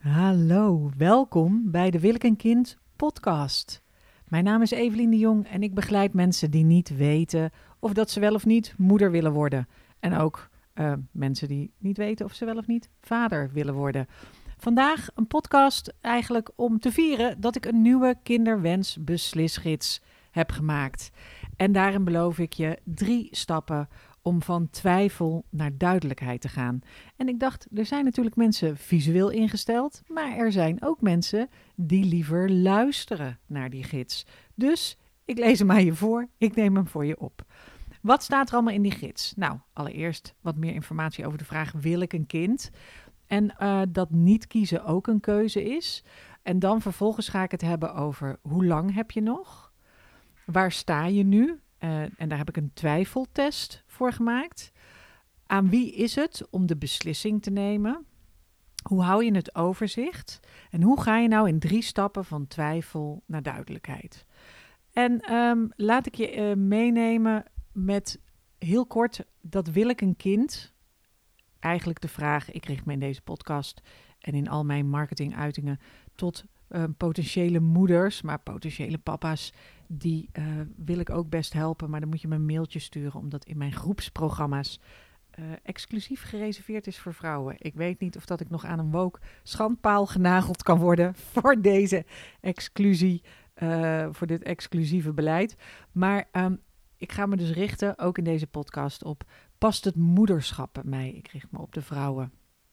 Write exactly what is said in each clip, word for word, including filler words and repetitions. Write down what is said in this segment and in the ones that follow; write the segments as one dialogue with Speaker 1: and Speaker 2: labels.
Speaker 1: Hallo, welkom bij de Wil ik een kind podcast. Mijn naam is Evelien de Jong en ik begeleid mensen die niet weten of dat ze wel of niet moeder willen worden. En ook uh, mensen die niet weten of ze wel of niet vader willen worden. Vandaag een podcast eigenlijk om te vieren dat ik een nieuwe kinderwensbeslisgids heb gemaakt. En daarin beloof ik je drie stappen om van twijfel naar duidelijkheid te gaan. En ik dacht, er zijn natuurlijk mensen visueel ingesteld, maar er zijn ook mensen die liever luisteren naar die gids. Dus ik lees hem aan je voor, ik neem hem voor je op. Wat staat er allemaal in die gids? Nou, allereerst wat meer informatie over de vraag, wil ik een kind? En uh, dat niet kiezen ook een keuze is. En dan vervolgens ga ik het hebben over hoe lang heb je nog? Waar sta je nu? Uh, en daar heb ik een twijfeltest voor gemaakt. Aan wie is het om de beslissing te nemen? Hoe hou je het overzicht? En hoe ga je nou in drie stappen van twijfel naar duidelijkheid? En um, laat ik je uh, meenemen met heel kort, dat wil ik een kind? Eigenlijk de vraag, ik richt me in deze podcast en in al mijn marketinguitingen tot uh, potentiële moeders, maar potentiële papa's, die uh, wil ik ook best helpen. Maar dan moet je me een mailtje sturen, omdat in mijn groepsprogramma's uh, exclusief gereserveerd is voor vrouwen. Ik weet niet of dat ik nog aan een woke schandpaal genageld kan worden voor deze exclusie, uh, voor dit exclusieve beleid. Maar um, ik ga me dus richten, ook in deze podcast, op past het moederschap bij mij? Ik richt me op de vrouwen.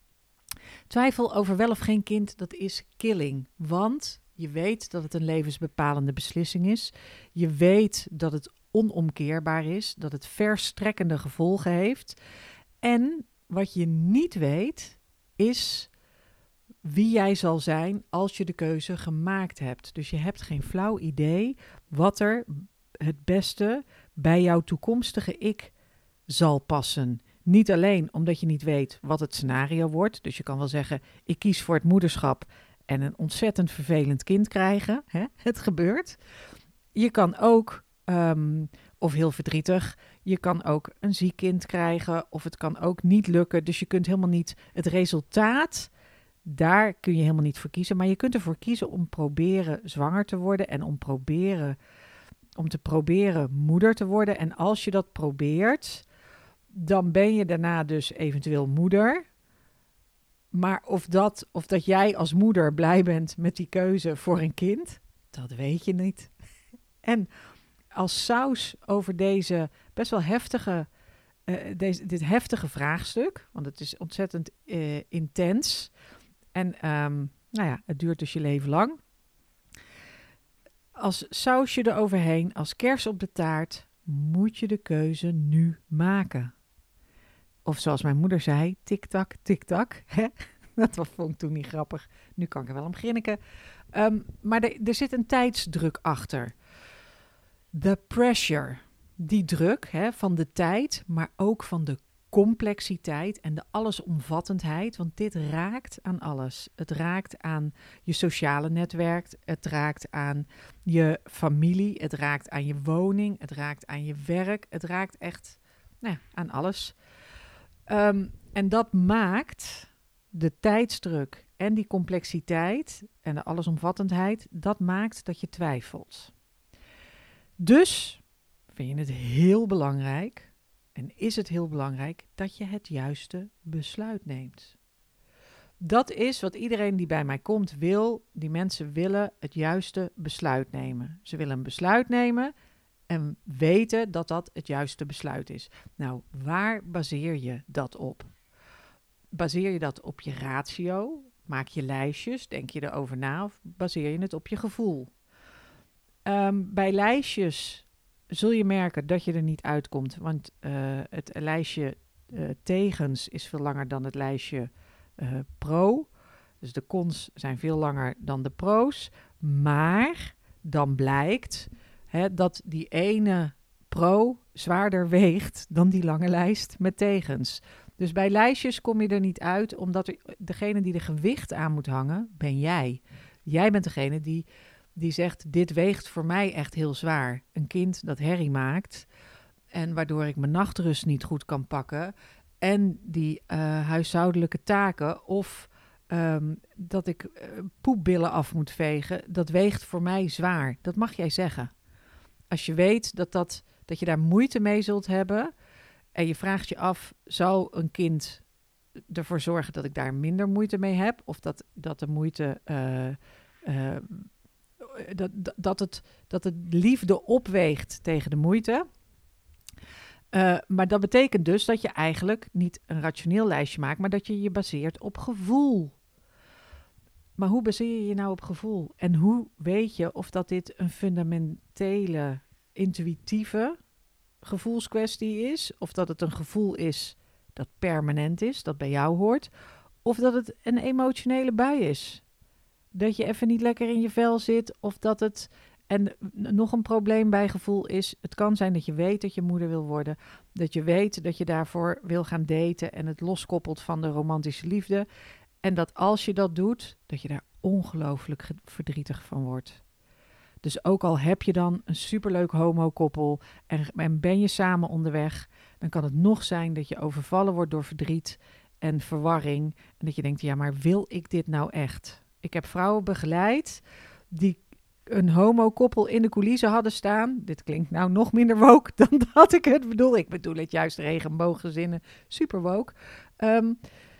Speaker 1: Twijfel over wel of geen kind, dat is killing. Want je weet dat het een levensbepalende beslissing is. Je weet dat het onomkeerbaar is, dat het verstrekkende gevolgen heeft. En wat je niet weet, is wie jij zal zijn als je de keuze gemaakt hebt. Dus je hebt geen flauw idee wat er het beste bij jouw toekomstige ik zal passen. Niet alleen omdat je niet weet wat het scenario wordt. Dus je kan wel zeggen, ik kies voor het moederschap en een ontzettend vervelend kind krijgen. Hè? Het gebeurt. Je kan ook, um, of heel verdrietig, je kan ook een ziek kind krijgen. Of het kan ook niet lukken. Dus je kunt helemaal niet, het resultaat, daar kun je helemaal niet voor kiezen. Maar je kunt ervoor kiezen om proberen zwanger te worden en om proberen, om te proberen moeder te worden. En als je dat probeert, dan ben je daarna dus eventueel moeder. Maar of dat, of dat jij als moeder blij bent met die keuze voor een kind, dat weet je niet. En als saus over deze best wel heftige, uh, deze, dit heftige vraagstuk, want het is ontzettend uh, intens. En um, nou ja, het duurt dus je leven lang. Als sausje eroverheen, als kers op de taart, moet je de keuze nu maken. Of zoals mijn moeder zei, tik-tak, tik-tak. Dat vond ik toen niet grappig. Nu kan ik er wel om grinniken. Um, maar er, er zit een tijdsdruk achter. The pressure. Die druk hè, van de tijd, maar ook van de complexiteit en de allesomvattendheid. Want dit raakt aan alles. Het raakt aan je sociale netwerk. Het raakt aan je familie. Het raakt aan je woning. Het raakt aan je werk. Het raakt echt nou ja, aan alles. Um, en dat maakt de tijdsdruk en die complexiteit en de allesomvattendheid, dat maakt dat je twijfelt. Dus vind je het heel belangrijk, en is het heel belangrijk, dat je het juiste besluit neemt. Dat is wat iedereen die bij mij komt wil. Die mensen willen het juiste besluit nemen. Ze willen een besluit nemen en weten dat dat het juiste besluit is. Nou, waar baseer je dat op? Baseer je dat op je ratio? Maak je lijstjes? Denk je erover na? Of baseer je het op je gevoel? Um, bij lijstjes zul je merken dat je er niet uitkomt. Want uh, het lijstje uh, tegens is veel langer dan het lijstje uh, pro. Dus de cons zijn veel langer dan de pro's. Maar dan blijkt hè, dat die ene pro zwaarder weegt dan die lange lijst met tegens. Dus bij lijstjes kom je er niet uit, omdat er, degene die er gewicht aan moet hangen, ben jij. Jij bent degene die, die zegt, dit weegt voor mij echt heel zwaar. Een kind dat herrie maakt en waardoor ik mijn nachtrust niet goed kan pakken. En die uh, huishoudelijke taken of um, dat ik uh, poepbillen af moet vegen, dat weegt voor mij zwaar. Dat mag jij zeggen. Als je weet dat, dat, dat je daar moeite mee zult hebben en je vraagt je af, zou een kind ervoor zorgen dat ik daar minder moeite mee heb? Of dat, dat de moeite, uh, uh, dat, dat, het, dat het liefde opweegt tegen de moeite. Uh, maar dat betekent dus dat je eigenlijk niet een rationeel lijstje maakt, maar dat je je baseert op gevoel. Maar hoe baseer je je nou op gevoel? En hoe weet je of dat dit een fundamentele, intuïtieve gevoelskwestie is? Of dat het een gevoel is dat permanent is, dat bij jou hoort? Of dat het een emotionele bui is? Dat je even niet lekker in je vel zit, of dat het... En nog een probleem bij gevoel is, het kan zijn dat je weet dat je moeder wil worden. Dat je weet dat je daarvoor wil gaan daten en het loskoppelt van de romantische liefde. En dat als je dat doet, dat je daar ongelooflijk verdrietig van wordt. Dus ook al heb je dan een superleuk homokoppel en, en ben je samen onderweg, dan kan het nog zijn dat je overvallen wordt door verdriet en verwarring. En dat je denkt, ja, maar wil ik dit nou echt? Ik heb vrouwen begeleid die een homokoppel in de coulissen hadden staan. Dit klinkt nou nog minder woke dan dat ik het bedoel. Ik bedoel het juist regenbooggezinnen, super woke. Um,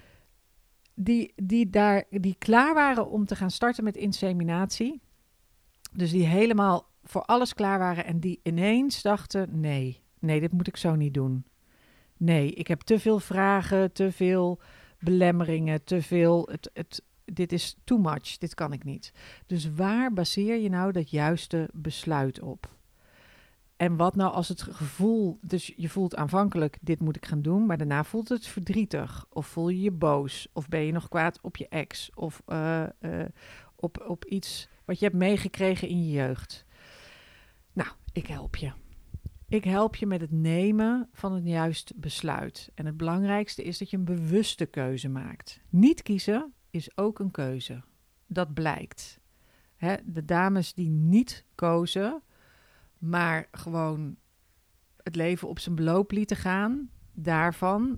Speaker 1: die, die, daar, die klaar waren om te gaan starten met inseminatie. Dus die helemaal voor alles klaar waren en die ineens dachten, nee, nee, dit moet ik zo niet doen. Nee, ik heb te veel vragen, te veel belemmeringen, te veel... Het, het, dit is too much, dit kan ik niet. Dus waar baseer je nou dat juiste besluit op? En wat nou als het gevoel, dus je voelt aanvankelijk, dit moet ik gaan doen, maar daarna voelt het verdrietig. Of voel je je boos, of ben je nog kwaad op je ex, of uh, uh, op, op iets wat je hebt meegekregen in je jeugd. Nou, ik help je. Ik help je met het nemen van een juist besluit. En het belangrijkste is dat je een bewuste keuze maakt. Niet kiezen is ook een keuze. Dat blijkt. Hè, de dames die niet kozen, maar gewoon het leven op zijn beloop lieten gaan, daarvan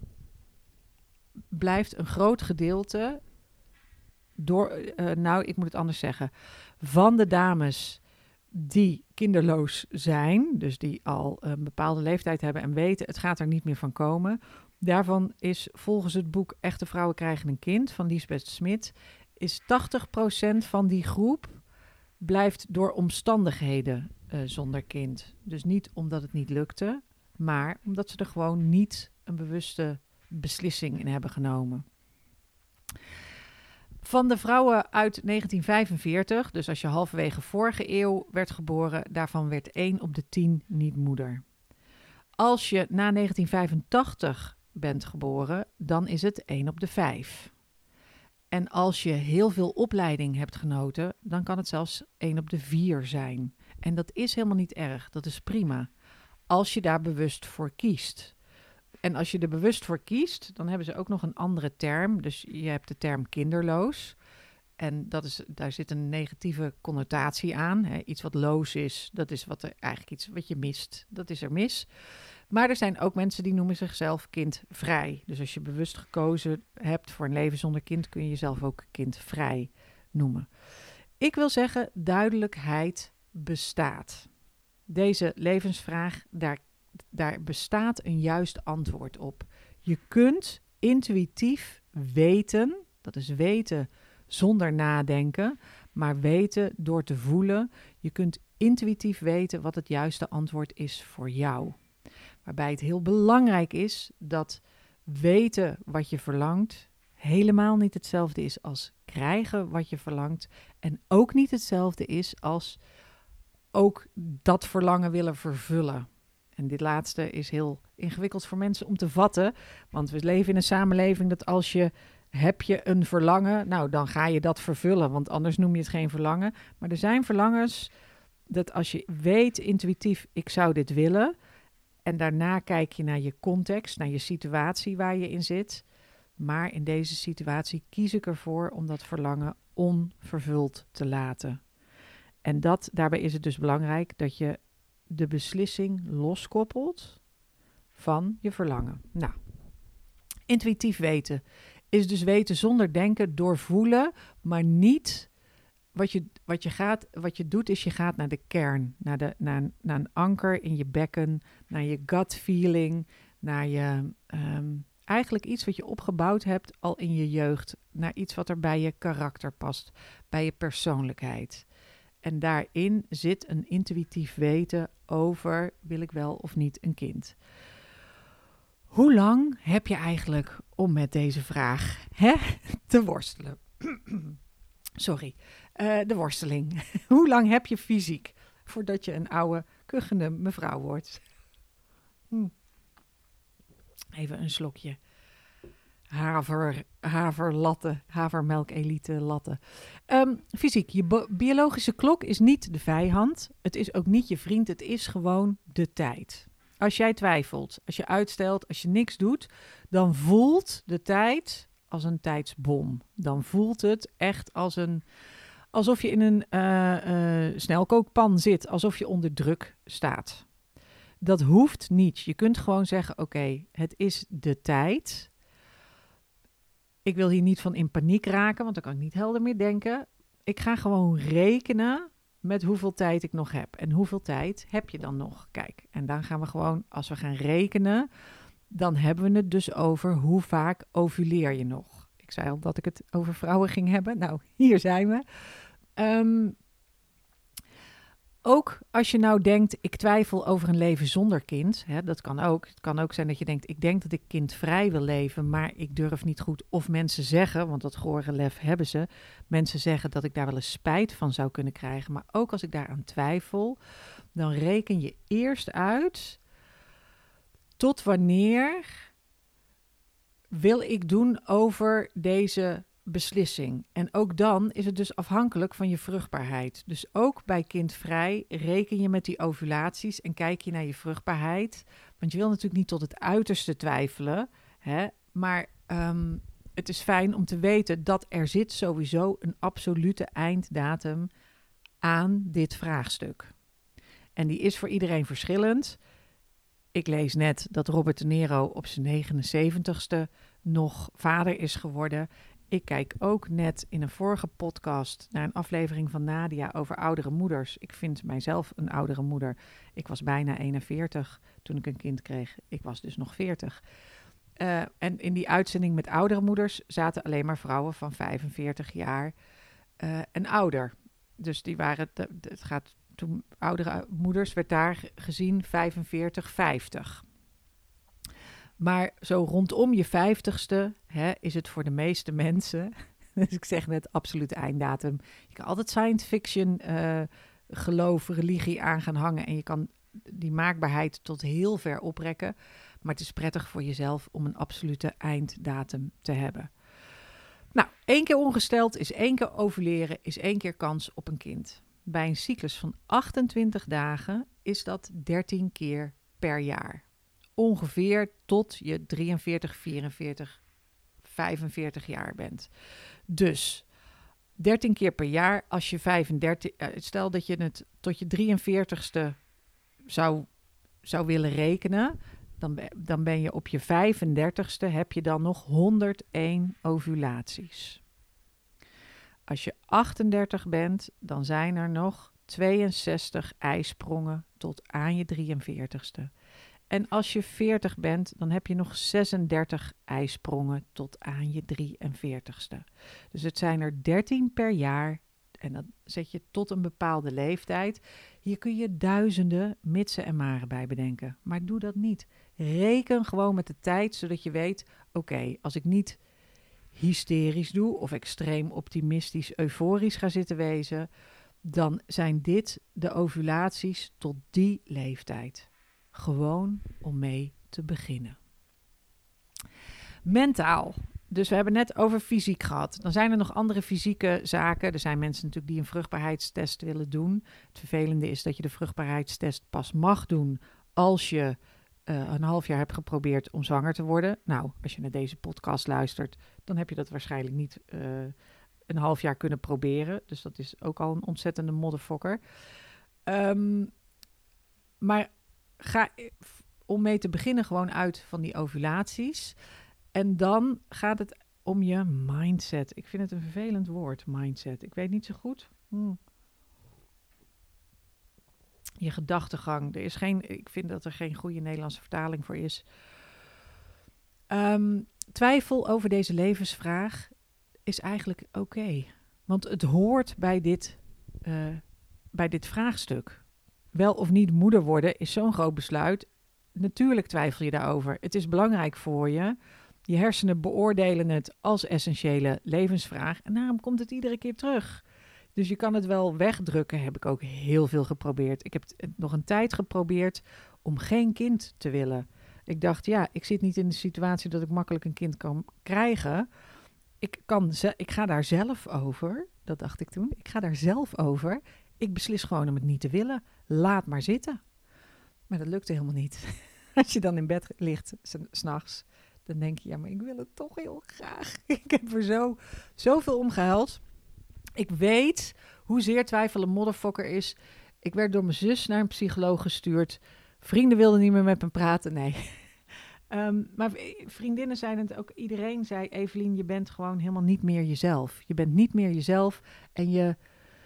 Speaker 1: blijft een groot gedeelte door, uh, nou, ik moet het anders zeggen, van de dames die kinderloos zijn, dus die al een bepaalde leeftijd hebben en weten, het gaat er niet meer van komen. Daarvan is volgens het boek Echte Vrouwen Krijgen een Kind van Liesbeth Smit, is tachtig procent van die groep blijft door omstandigheden uh, zonder kind. Dus niet omdat het niet lukte, maar omdat ze er gewoon niet een bewuste beslissing in hebben genomen. Van de vrouwen uit negentien vijfenveertig, dus als je halverwege vorige eeuw werd geboren, daarvan werd één op de tien niet moeder. Als je na negentien vijfentachtig bent geboren, dan is het één op de vijf. En als je heel veel opleiding hebt genoten, dan kan het zelfs één op de vier zijn. En dat is helemaal niet erg, dat is prima. Als je daar bewust voor kiest. En als je er bewust voor kiest, dan hebben ze ook nog een andere term. Dus je hebt de term kinderloos. En dat is, daar zit een negatieve connotatie aan. Hè. Iets wat loos is, dat is wat er eigenlijk iets wat je mist. Dat is er mis. Maar er zijn ook mensen die noemen zichzelf kindvrij. Dus als je bewust gekozen hebt voor een leven zonder kind, kun je jezelf ook kindvrij noemen. Ik wil zeggen, duidelijkheid bestaat. Deze levensvraag, daar, daar bestaat een juist antwoord op. Je kunt intuïtief weten, dat is weten zonder nadenken, maar weten door te voelen. Je kunt intuïtief weten wat het juiste antwoord is voor jou. Waarbij het heel belangrijk is dat weten wat je verlangt helemaal niet hetzelfde is als krijgen wat je verlangt. En ook niet hetzelfde is als ook dat verlangen willen vervullen. En dit laatste is heel ingewikkeld voor mensen om te vatten. Want we leven in een samenleving dat als je heb je een verlangen, nou dan ga je dat vervullen. Want anders noem je het geen verlangen. Maar er zijn verlangens dat als je weet intuïtief, ik zou dit willen. En daarna kijk je naar je context, naar je situatie waar je in zit. Maar in deze situatie kies ik ervoor om dat verlangen onvervuld te laten. En dat, daarbij is het dus belangrijk dat je de beslissing loskoppelt van je verlangen. Nou, intuïtief weten is dus weten zonder denken, doorvoelen, maar niet... Wat je, wat, je gaat, wat je doet is je gaat naar de kern, naar, de, naar, naar een anker in je bekken, naar je gut feeling, naar je, um, eigenlijk iets wat je opgebouwd hebt al in je jeugd, naar iets wat er bij je karakter past, bij je persoonlijkheid. En daarin zit een intuïtief weten over, wil ik wel of niet een kind? Hoe lang heb je eigenlijk om met deze vraag hè, te worstelen? Sorry, uh, de worsteling. Hoe lang heb je fysiek voordat je een oude, kuchende mevrouw wordt? Hm. Even een slokje. Haver, haverlatte, havermelk elite latte. Um, fysiek, je bo- biologische klok is niet de vijand. Het is ook niet je vriend, het is gewoon de tijd. Als jij twijfelt, als je uitstelt, als je niks doet, dan voelt de tijd als een tijdsbom. Dan voelt het echt als een, alsof je in een uh, uh, snelkookpan zit, alsof je onder druk staat. Dat hoeft niet. Je kunt gewoon zeggen, oké, okay, het is de tijd. Ik wil hier niet van in paniek raken, want dan kan ik niet helder meer denken. Ik ga gewoon rekenen met hoeveel tijd ik nog heb. En hoeveel tijd heb je dan nog? Kijk, en dan gaan we gewoon, als we gaan rekenen, dan hebben we het dus over hoe vaak ovuleer je nog. Ik zei al dat ik het over vrouwen ging hebben. Nou, hier zijn we. Um, ook als je nou denkt, ik twijfel over een leven zonder kind. Hè, dat kan ook. Het kan ook zijn dat je denkt, ik denk dat ik kindvrij wil leven, maar ik durf niet goed. Of mensen zeggen, want dat gore lef hebben ze. Mensen zeggen dat ik daar wel eens spijt van zou kunnen krijgen. Maar ook als ik daaraan twijfel, dan reken je eerst uit tot wanneer wil ik doen over deze beslissing. En ook dan is het dus afhankelijk van je vruchtbaarheid. Dus ook bij kindvrij reken je met die ovulaties en kijk je naar je vruchtbaarheid. Want je wil natuurlijk niet tot het uiterste twijfelen. Hè? Maar um, het is fijn om te weten dat er zit sowieso een absolute einddatum aan dit vraagstuk. En die is voor iedereen verschillend. Ik lees net dat Robert De Niro op zijn negenenzeventigste nog vader is geworden. Ik kijk ook net in een vorige podcast naar een aflevering van Nadia over oudere moeders. Ik vind mijzelf een oudere moeder. Ik was bijna eenenveertig toen ik een kind kreeg. Ik was dus nog veertig. Uh, en in die uitzending met oudere moeders zaten alleen maar vrouwen van vijfenveertig jaar uh, en ouder. Dus die waren, het gaat, toen oudere moeders werd daar gezien vijfenveertig, vijftig. Maar zo rondom je vijftigste hè, is het voor de meeste mensen, dus ik zeg net absoluut einddatum. Je kan altijd science fiction, uh, geloof, religie aan gaan hangen en je kan die maakbaarheid tot heel ver oprekken. Maar het is prettig voor jezelf om een absolute einddatum te hebben. Nou, één keer ongesteld is één keer ovuleren, is één keer kans op een kind. Bij een cyclus van achtentwintig dagen is dat dertien keer per jaar. Ongeveer tot je drieënveertig, vierenveertig, vijfenveertig jaar bent. Dus dertien keer per jaar als je vijfendertig... Uh, stel dat je het tot je drieënveertigste zou, zou willen rekenen, dan, dan ben je op je vijfendertigste heb je dan nog honderdéén ovulaties. Als je achtendertig bent, dan zijn er nog tweeënzestig eisprongen tot aan je drieënveertigste. En als je veertig bent, dan heb je nog zesendertig eisprongen tot aan je drieënveertigste. Dus het zijn er dertien per jaar en dat zet je tot een bepaalde leeftijd. Hier kun je duizenden mitsen en maren bij bedenken. Maar doe dat niet. Reken gewoon met de tijd, zodat je weet, oké, okay, als ik niet hysterisch doe of extreem optimistisch, euforisch ga zitten wezen, dan zijn dit de ovulaties tot die leeftijd. Gewoon om mee te beginnen. Mentaal. Dus we hebben net over fysiek gehad. Dan zijn er nog andere fysieke zaken. Er zijn mensen natuurlijk die een vruchtbaarheidstest willen doen. Het vervelende is dat je de vruchtbaarheidstest pas mag doen als je uh, een half jaar hebt geprobeerd om zwanger te worden. Nou, als je naar deze podcast luistert, dan heb je dat waarschijnlijk niet uh, een half jaar kunnen proberen. Dus dat is ook al een ontzettende modderfokker. Um, maar ga om mee te beginnen gewoon uit van die ovulaties. En dan gaat het om je mindset. Ik vind het een vervelend woord, mindset. Ik weet niet zo goed. Hmm. Je gedachtegang. Er is geen, ik vind dat er geen goede Nederlandse vertaling voor is. Um, twijfel over deze levensvraag is eigenlijk oké. Okay, want het hoort bij dit, uh, bij dit vraagstuk. Wel of niet moeder worden is zo'n groot besluit. Natuurlijk twijfel je daarover. Het is belangrijk voor je. Je hersenen beoordelen het als essentiële levensvraag. En daarom komt het iedere keer terug. Dus je kan het wel wegdrukken. Heb ik ook heel veel geprobeerd. Ik heb het nog een tijd geprobeerd om geen kind te willen. Ik dacht, ja, ik zit niet in de situatie dat ik makkelijk een kind kan krijgen. Ik, kan ze- ik ga daar zelf over. Dat dacht ik toen. Ik ga daar zelf over. Ik beslis gewoon om het niet te willen. Laat maar zitten. Maar dat lukte helemaal niet. Als je dan in bed ligt, 's- 's nachts, dan denk je, ja, maar ik wil het toch heel graag. Ik heb er zo, zoveel om gehuild. Ik weet hoezeer twijfel een motherfucker is. Ik werd door mijn zus naar een psycholoog gestuurd. Vrienden wilden niet meer met me praten, nee. Um, maar vriendinnen zeiden het ook, iedereen zei, Evelien, je bent gewoon helemaal niet meer jezelf. Je bent niet meer jezelf en je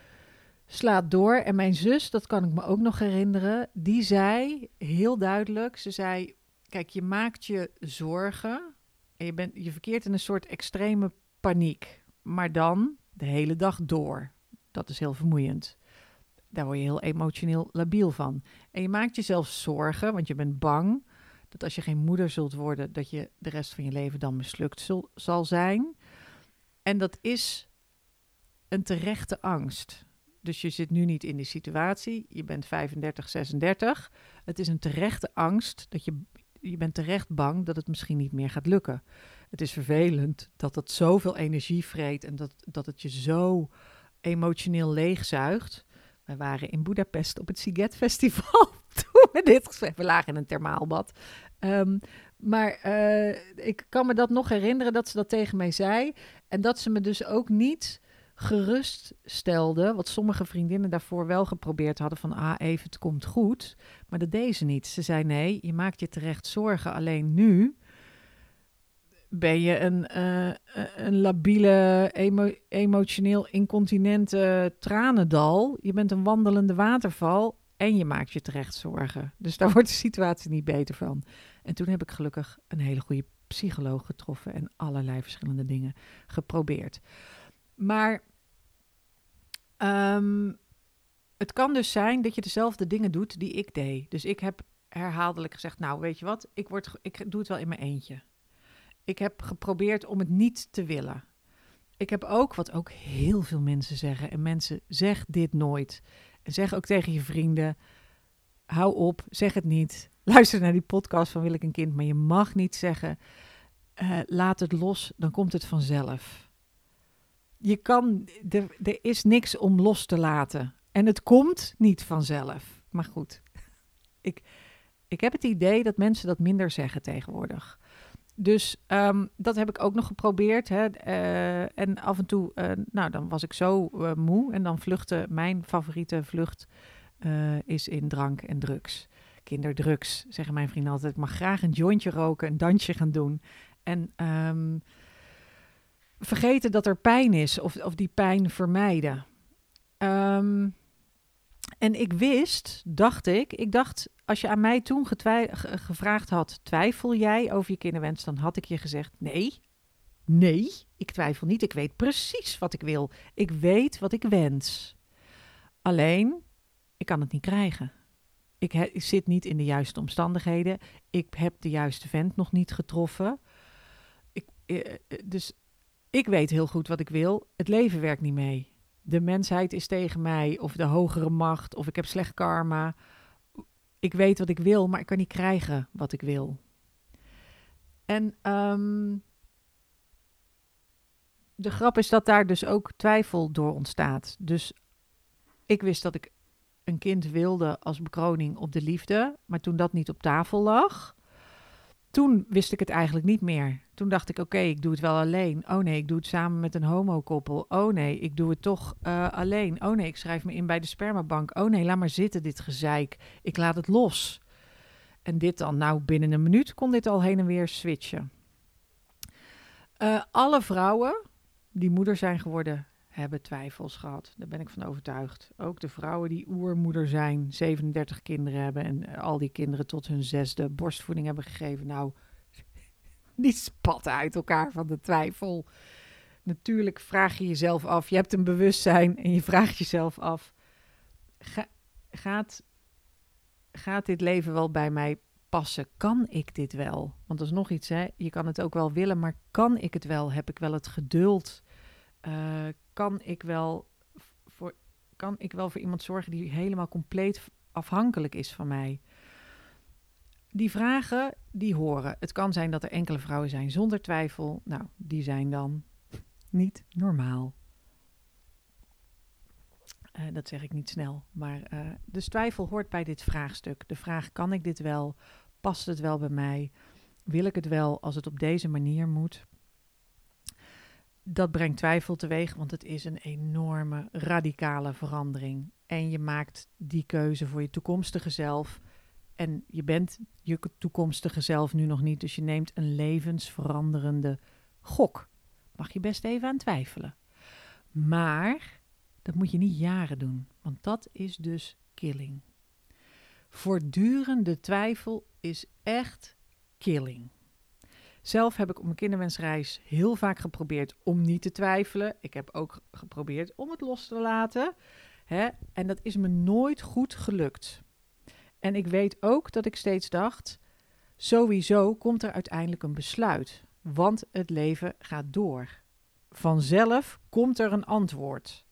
Speaker 1: slaat door. En mijn zus, dat kan ik me ook nog herinneren, die zei heel duidelijk, ze zei, kijk, je maakt je zorgen en je, bent, je verkeert in een soort extreme paniek. Maar dan de hele dag door. Dat is heel vermoeiend. Daar word je heel emotioneel labiel van. En je maakt jezelf zorgen, want je bent bang dat als je geen moeder zult worden, dat je de rest van je leven dan mislukt zul, zal zijn. En dat is een terechte angst. Dus je zit nu niet in die situatie. Je bent vijfendertig, zesendertig. Het is een terechte angst dat je, je bent terecht bang dat het misschien niet meer gaat lukken. Het is vervelend dat het zoveel energie vreet en dat, dat het je zo emotioneel leegzuigt. We waren in Budapest op het Sziget Festival toen we dit gesprek. We lagen in een thermaalbad. Um, maar uh, ik kan me dat nog herinneren dat ze dat tegen mij zei. En dat ze me dus ook niet gerust stelde. Wat sommige vriendinnen daarvoor wel geprobeerd hadden. Van ah, even, het komt goed. Maar dat deed ze niet. Ze zei nee, je maakt je terecht zorgen. Alleen nu ben je een, uh, een labiele, emo- emotioneel incontinente tranendal. Je bent een wandelende waterval en je maakt je terecht zorgen. Dus daar wordt de situatie niet beter van. En toen heb ik gelukkig een hele goede psycholoog getroffen en allerlei verschillende dingen geprobeerd. Maar um, het kan dus zijn dat je dezelfde dingen doet die ik deed. Dus ik heb herhaaldelijk gezegd, nou weet je wat, ik, word, ik doe het wel in mijn eentje. Ik heb geprobeerd om het niet te willen. Ik heb ook, wat ook heel veel mensen zeggen, en mensen, zeg dit nooit. En zeg ook tegen je vrienden, hou op, zeg het niet. Luister naar die podcast van Wil ik een kind, maar je mag niet zeggen, uh, laat het los, dan komt het vanzelf. Je kan, er, er is niks om los te laten. En het komt niet vanzelf. Maar goed, ik, ik heb het idee dat mensen dat minder zeggen tegenwoordig. Dus um, dat heb ik ook nog geprobeerd. Hè. Uh, en af en toe, uh, nou, dan was ik zo uh, moe. En dan vluchtte, mijn favoriete vlucht uh, is in drank en drugs. Kinderdrugs, zeggen mijn vrienden altijd. Ik mag graag een jointje roken, een dansje gaan doen. En um, vergeten dat er pijn is. Of, of die pijn vermijden. Um, en ik wist, dacht ik, ik dacht, als je aan mij toen getwij- ge- gevraagd had, twijfel jij over je kinderwens, dan had ik je gezegd, nee, nee, ik twijfel niet. Ik weet precies wat ik wil. Ik weet wat ik wens. Alleen, ik kan het niet krijgen. Ik, he- ik zit niet in de juiste omstandigheden. Ik heb de juiste vent nog niet getroffen. Ik, eh, dus ik weet heel goed wat ik wil. Het leven werkt niet mee. De mensheid is tegen mij, of de hogere macht, of ik heb slecht karma. Ik weet wat ik wil, maar ik kan niet krijgen wat ik wil. En um, de grap is dat daar dus ook twijfel door ontstaat. Dus ik wist dat ik een kind wilde als bekroning op de liefde, maar toen dat niet op tafel lag, toen wist ik het eigenlijk niet meer. Toen dacht ik, oké, okay, ik doe het wel alleen. Oh nee, ik doe het samen met een homokoppel. Oh nee, ik doe het toch uh, alleen. Oh nee, ik schrijf me in bij de spermabank. Oh nee, laat maar zitten, dit gezeik. Ik laat het los. En dit dan, nou binnen een minuut kon dit al heen en weer switchen. Uh, alle vrouwen die moeder zijn geworden, hebben twijfels gehad. Daar ben ik van overtuigd. Ook de vrouwen die oermoeder zijn, zevenendertig kinderen hebben en uh, al die kinderen tot hun zesde borstvoeding hebben gegeven. Nou, die spatten uit elkaar van de twijfel. Natuurlijk vraag je jezelf af, je hebt een bewustzijn en je vraagt jezelf af, ga, gaat, gaat dit leven wel bij mij passen? Kan ik dit wel? Want dat is nog iets, hè? Je kan het ook wel willen, maar kan ik het wel? Heb ik wel het geduld? Uh, kan ik wel voor, kan ik wel voor iemand zorgen die helemaal compleet afhankelijk is van mij? Die vragen, die horen. Het kan zijn dat er enkele vrouwen zijn zonder twijfel. Nou, die zijn dan niet normaal. Uh, dat zeg ik niet snel. Maar uh, dus twijfel hoort bij dit vraagstuk. De vraag, kan ik dit wel? Past het wel bij mij? Wil ik het wel als het op deze manier moet? Dat brengt twijfel teweeg, want het is een enorme, radicale verandering. En je maakt die keuze voor je toekomstige zelf. En je bent je toekomstige zelf nu nog niet, dus je neemt een levensveranderende gok. Mag je best even aan twijfelen. Maar dat moet je niet jaren doen, want dat is dus killing. Voortdurende twijfel is echt killing. Zelf heb ik op mijn kinderwensreis heel vaak geprobeerd om niet te twijfelen. Ik heb ook geprobeerd om het los te laten. Hè? En dat is me nooit goed gelukt. En ik weet ook dat ik steeds dacht, sowieso komt er uiteindelijk een besluit. Want het leven gaat door. Vanzelf komt er een antwoord.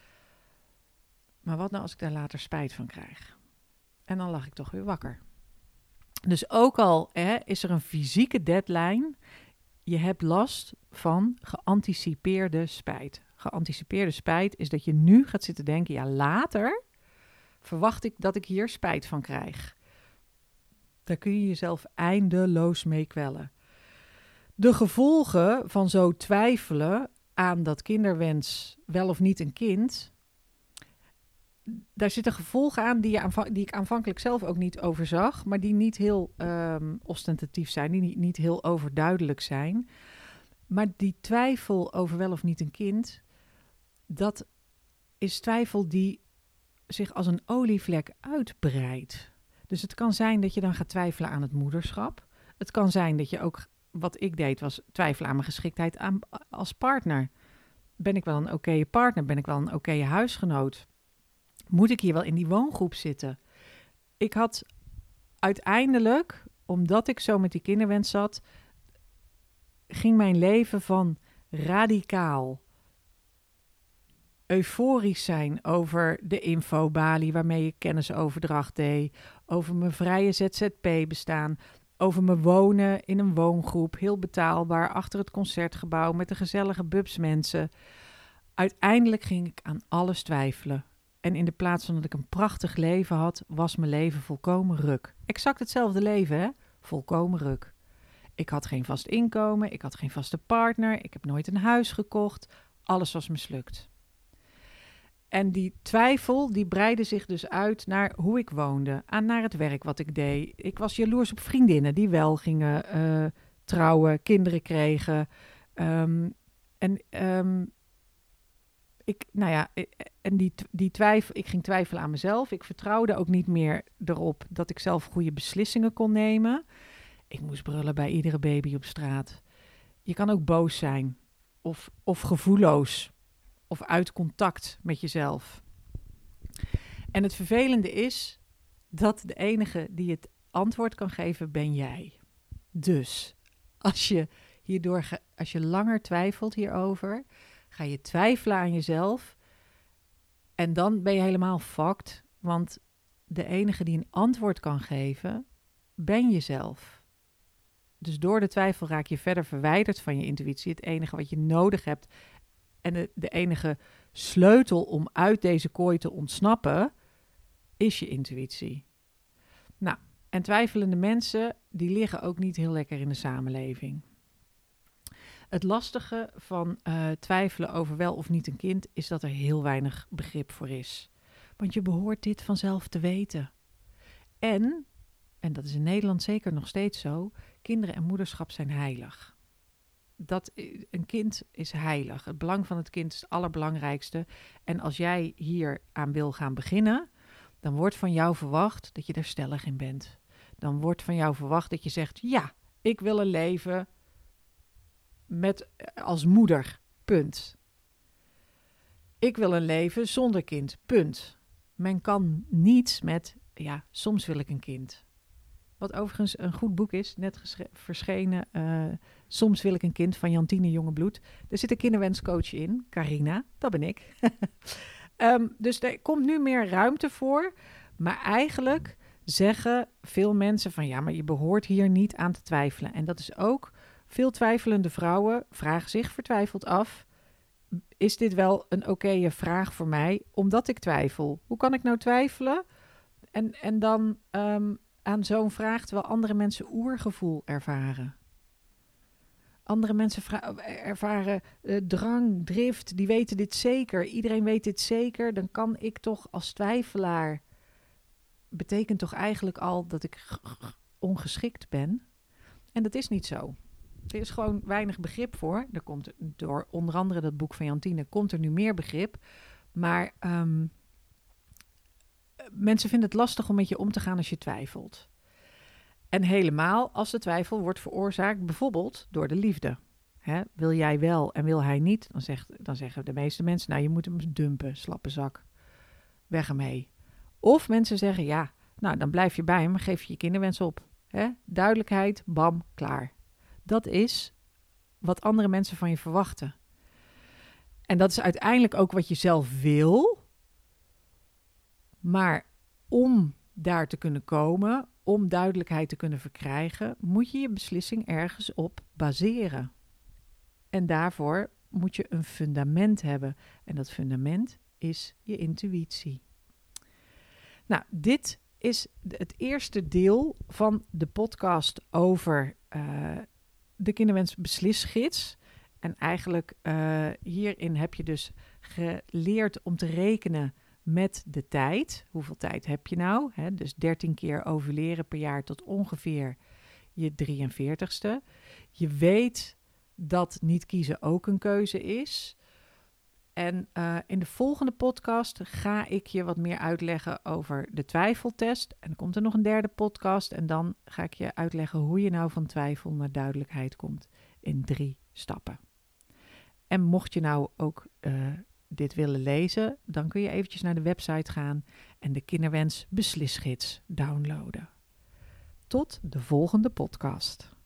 Speaker 1: Maar wat nou als ik daar later spijt van krijg? En dan lag ik toch weer wakker. Dus ook al hè, is er een fysieke deadline, je hebt last van geanticipeerde spijt. Geanticipeerde spijt is dat je nu gaat zitten denken, ja later verwacht ik dat ik hier spijt van krijg. Daar kun je jezelf eindeloos mee kwellen. De gevolgen van zo twijfelen aan dat kinderwens wel of niet een kind, daar zitten gevolgen aan die, je aanvang, die ik aanvankelijk zelf ook niet overzag, maar die niet heel um, ostentatief zijn, die niet, niet heel overduidelijk zijn. Maar die twijfel over wel of niet een kind, dat is twijfel die zich als een olievlek uitbreidt. Dus het kan zijn dat je dan gaat twijfelen aan het moederschap. Het kan zijn dat je ook, wat ik deed, was twijfelen aan mijn geschiktheid aan, als partner. Ben ik wel een oké partner? Ben ik wel een oké huisgenoot? Moet ik hier wel in die woongroep zitten? Ik had uiteindelijk, omdat ik zo met die kinderwens zat, ging mijn leven van radicaal euforisch zijn over de infobalie waarmee ik kennisoverdracht deed, over mijn vrije Z Z P-bestaan, over mijn wonen in een woongroep, heel betaalbaar, achter het concertgebouw met de gezellige bubsmensen. Uiteindelijk ging ik aan alles twijfelen. En in de plaats van dat ik een prachtig leven had, was mijn leven volkomen ruk. Exact hetzelfde leven, hè? Volkomen ruk. Ik had geen vast inkomen, ik had geen vaste partner, ik heb nooit een huis gekocht. Alles was mislukt. En die twijfel, die breidde zich dus uit naar hoe ik woonde, aan naar het werk wat ik deed. Ik was jaloers op vriendinnen die wel gingen uh, trouwen, kinderen kregen. Um, en um, ik, nou ja, en die, die twijfel, ik ging twijfelen aan mezelf. Ik vertrouwde ook niet meer erop dat ik zelf goede beslissingen kon nemen. Ik moest brullen bij iedere baby op straat. Je kan ook boos zijn of, of gevoelloos. Of uit contact met jezelf. En het vervelende is dat de enige die het antwoord kan geven, ben jij. Dus als je hierdoor, ge, als je langer twijfelt hierover, ga je twijfelen aan jezelf. En dan ben je helemaal fucked. Want de enige die een antwoord kan geven, ben jezelf. Dus door de twijfel raak je verder verwijderd van je intuïtie. Het enige wat je nodig hebt en de, de enige sleutel om uit deze kooi te ontsnappen, is je intuïtie. Nou, en twijfelende mensen, die liggen ook niet heel lekker in de samenleving. Het lastige van uh, twijfelen over wel of niet een kind, is dat er heel weinig begrip voor is. Want je behoort dit vanzelf te weten. En, en dat is in Nederland zeker nog steeds zo, kinderen en moederschap zijn heilig. dat een kind is heilig. Het belang van het kind is het allerbelangrijkste. En als jij hier aan wil gaan beginnen, dan wordt van jou verwacht dat je er stellig in bent. Dan wordt van jou verwacht dat je zegt, ja, ik wil een leven met, als moeder, punt. Ik wil een leven zonder kind, punt. Men kan niets met, ja, soms wil ik een kind. Wat overigens een goed boek is, net gesche- verschenen. Uh, Soms wil ik een kind van Jantine Jongebloed. Er zit een kinderwenscoach in, Carina, dat ben ik. um, dus er komt nu meer ruimte voor. Maar eigenlijk zeggen veel mensen van ja, maar je behoort hier niet aan te twijfelen. En dat is ook, veel twijfelende vrouwen vragen zich vertwijfeld af, is dit wel een oké vraag voor mij, omdat ik twijfel? Hoe kan ik nou twijfelen? En, en dan um, aan zo'n vraag, terwijl andere mensen oergevoel ervaren. Andere mensen vra- ervaren uh, drang, drift, die weten dit zeker. Iedereen weet dit zeker. Dan kan ik toch als twijfelaar, betekent toch eigenlijk al dat ik g- g- ongeschikt ben? En dat is niet zo. Er is gewoon weinig begrip voor. Er komt door onder andere dat boek van Jantine, komt er nu meer begrip. Maar um, mensen vinden het lastig om met je om te gaan als je twijfelt. En helemaal als de twijfel wordt veroorzaakt bijvoorbeeld door de liefde. Hè, wil jij wel en wil hij niet? Dan, zegt, dan zeggen de meeste mensen, nou je moet hem dumpen, slappe zak. Weg ermee. Of mensen zeggen, ja, nou dan blijf je bij hem, geef je je kinderwens op. Hè? Duidelijkheid, bam, klaar. Dat is wat andere mensen van je verwachten. En dat is uiteindelijk ook wat je zelf wil. Maar om daar te kunnen komen, om duidelijkheid te kunnen verkrijgen, moet je je beslissing ergens op baseren. En daarvoor moet je een fundament hebben. En dat fundament is je intuïtie. Nou, dit is het eerste deel van de podcast over uh, de Kinderwens Beslisgids. En eigenlijk uh, hierin heb je dus geleerd om te rekenen met de tijd. Hoeveel tijd heb je nou? Hè? Dus dertien keer ovuleren per jaar tot ongeveer je drieënveertigste. Je weet dat niet kiezen ook een keuze is. En uh, in de volgende podcast ga ik je wat meer uitleggen over de twijfeltest. En dan komt er nog een derde podcast. En dan ga ik je uitleggen hoe je nou van twijfel naar duidelijkheid komt in drie stappen. En mocht je nou ook uh, dit willen lezen, dan kun je eventjes naar de website gaan en de Kinderwens Beslisgids downloaden. Tot de volgende podcast.